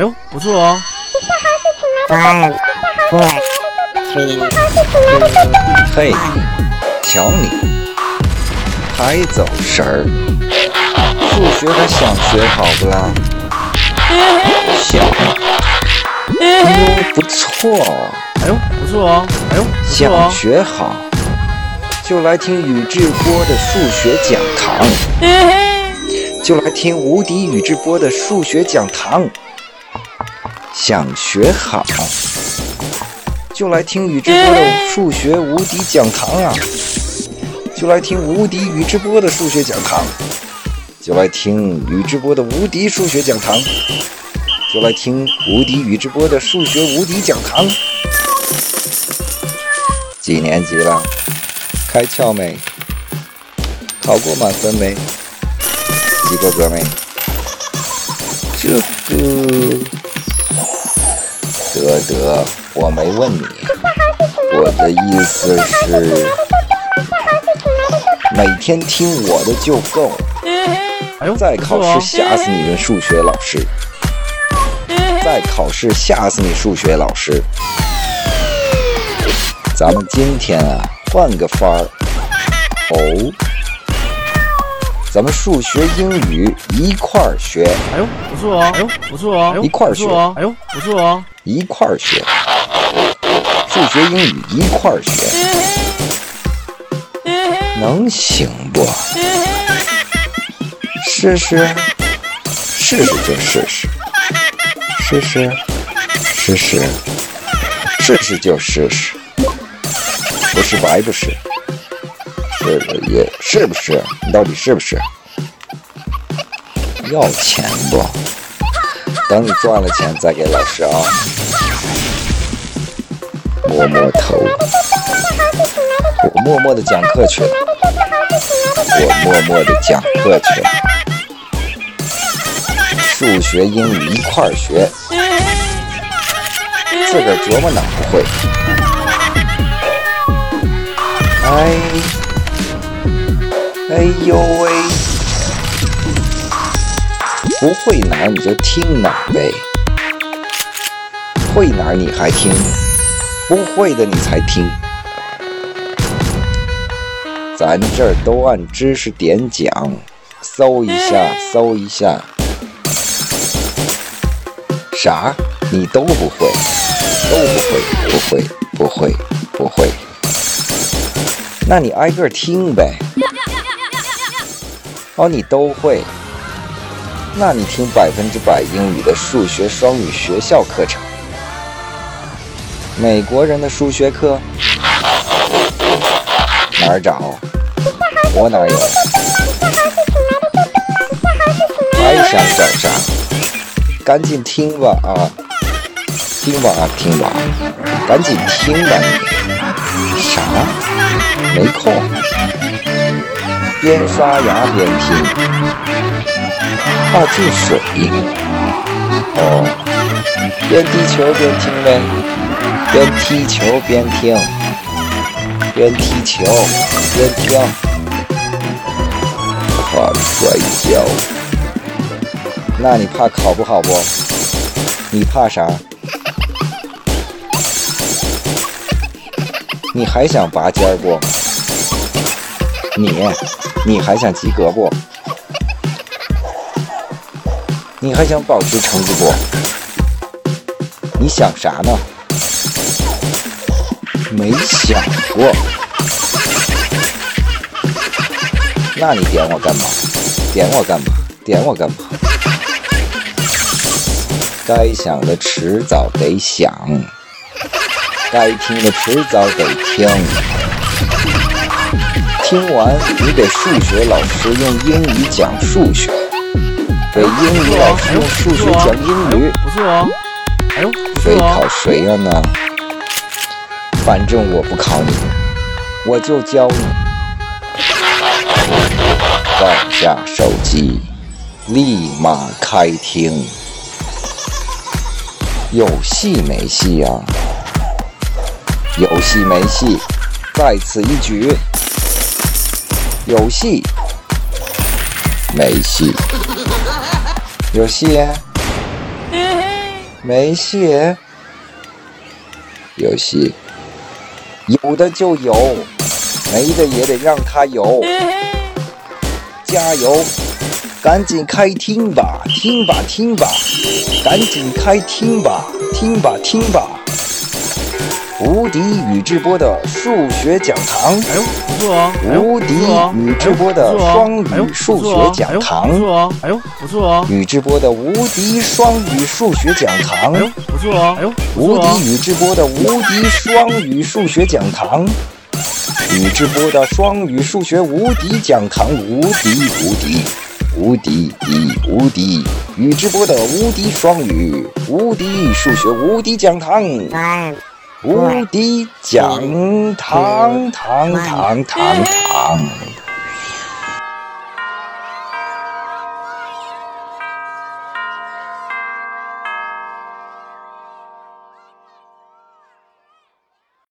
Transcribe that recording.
哎呦，不错哦。 1 4 3 嘿，瞧你，还走神儿，数学还想学好不啦？想，不错哦。 哎呦，不错哦。哎呦，不错哦。 想学好，就来听宇智波的数学讲堂。就来听无敌宇智波的数学讲堂。想学好，就来听宇智波的数学无敌讲堂啊！就来听无敌宇智波的数学讲堂，就来听宇智波的无敌数学讲堂，就来听无敌宇智波的数学无敌讲堂。几年级了？开窍没？考过满分没？及过格没？这个得，我没问你，我的意思是每天听我的就够。再考试吓死你们数学老师！再考试吓死你数学老师！咱们今天啊，换个法儿哦。咱们数学、英语一块儿学。 哎呦，不错哦。哎呦，不错哦。 一块儿学。 哎呦，不错哦。 一块儿学。数学、英语一块儿学。能行不？试试。试试就试试。试试。试试。试试就试试。不是白不是。是也是不是？你到底是不是？要钱不？等你赚了钱再给老师啊！摸摸头，我默默的讲课去了。我默默的讲课去了。数学、英语一块儿学，自个儿琢磨哪不会。哎呦喂！不会哪儿你就听哪儿呗，会哪儿你还听，不会的你才听。咱这儿都按知识点讲，搜一下，搜一下。啥？你都不会？都不会？不会？不会？不会？那你挨个听呗。哦，你都会，那你听100%英语的数学双语学校课程。美国人的数学课哪儿找？我哪有？还想找啥？赶紧听吧啊！听吧啊，听吧，赶紧听吧你。啥？没空。边刷牙边听，怕进水。哦，边踢球边听呗，边踢球边听，边踢球边听。怕摔跤，那你怕考不好不？你怕啥？你还想拔尖不？你还想及格不？你还想保持成绩不？你想啥呢？没想过。那你点我干嘛？点我干嘛？点我干嘛？该想的迟早得想，该听的迟早得听。听完，你给数学老师用英语讲数学，给英语老师用数学讲英语。 不错哦。哎呦， 谁考谁呀呢？反正我不考你，我就教你。放下手机，立马开听。有戏没戏啊？有戏没戏？在此一举。有戏没戏？有戏没写。游戏有的就有，没的也得让他有。加油！赶紧开听吧，听吧听吧，赶紧开听吧，听吧听吧。无敌宇智波的数学讲堂， 哎呦，不错啊！ 无敌宇智波的双语数学讲堂， 哎呦，不错啊！ 宇智波的无敌双语数学讲堂， 哎呦，不错啊！哎呦， 无敌宇智波的无敌双语数学讲堂，宇智波的双语数学无敌讲堂，无敌无敌。无敌无敌，宇智波的无敌双语，无敌数学无敌讲堂，无敌讲堂堂堂堂堂。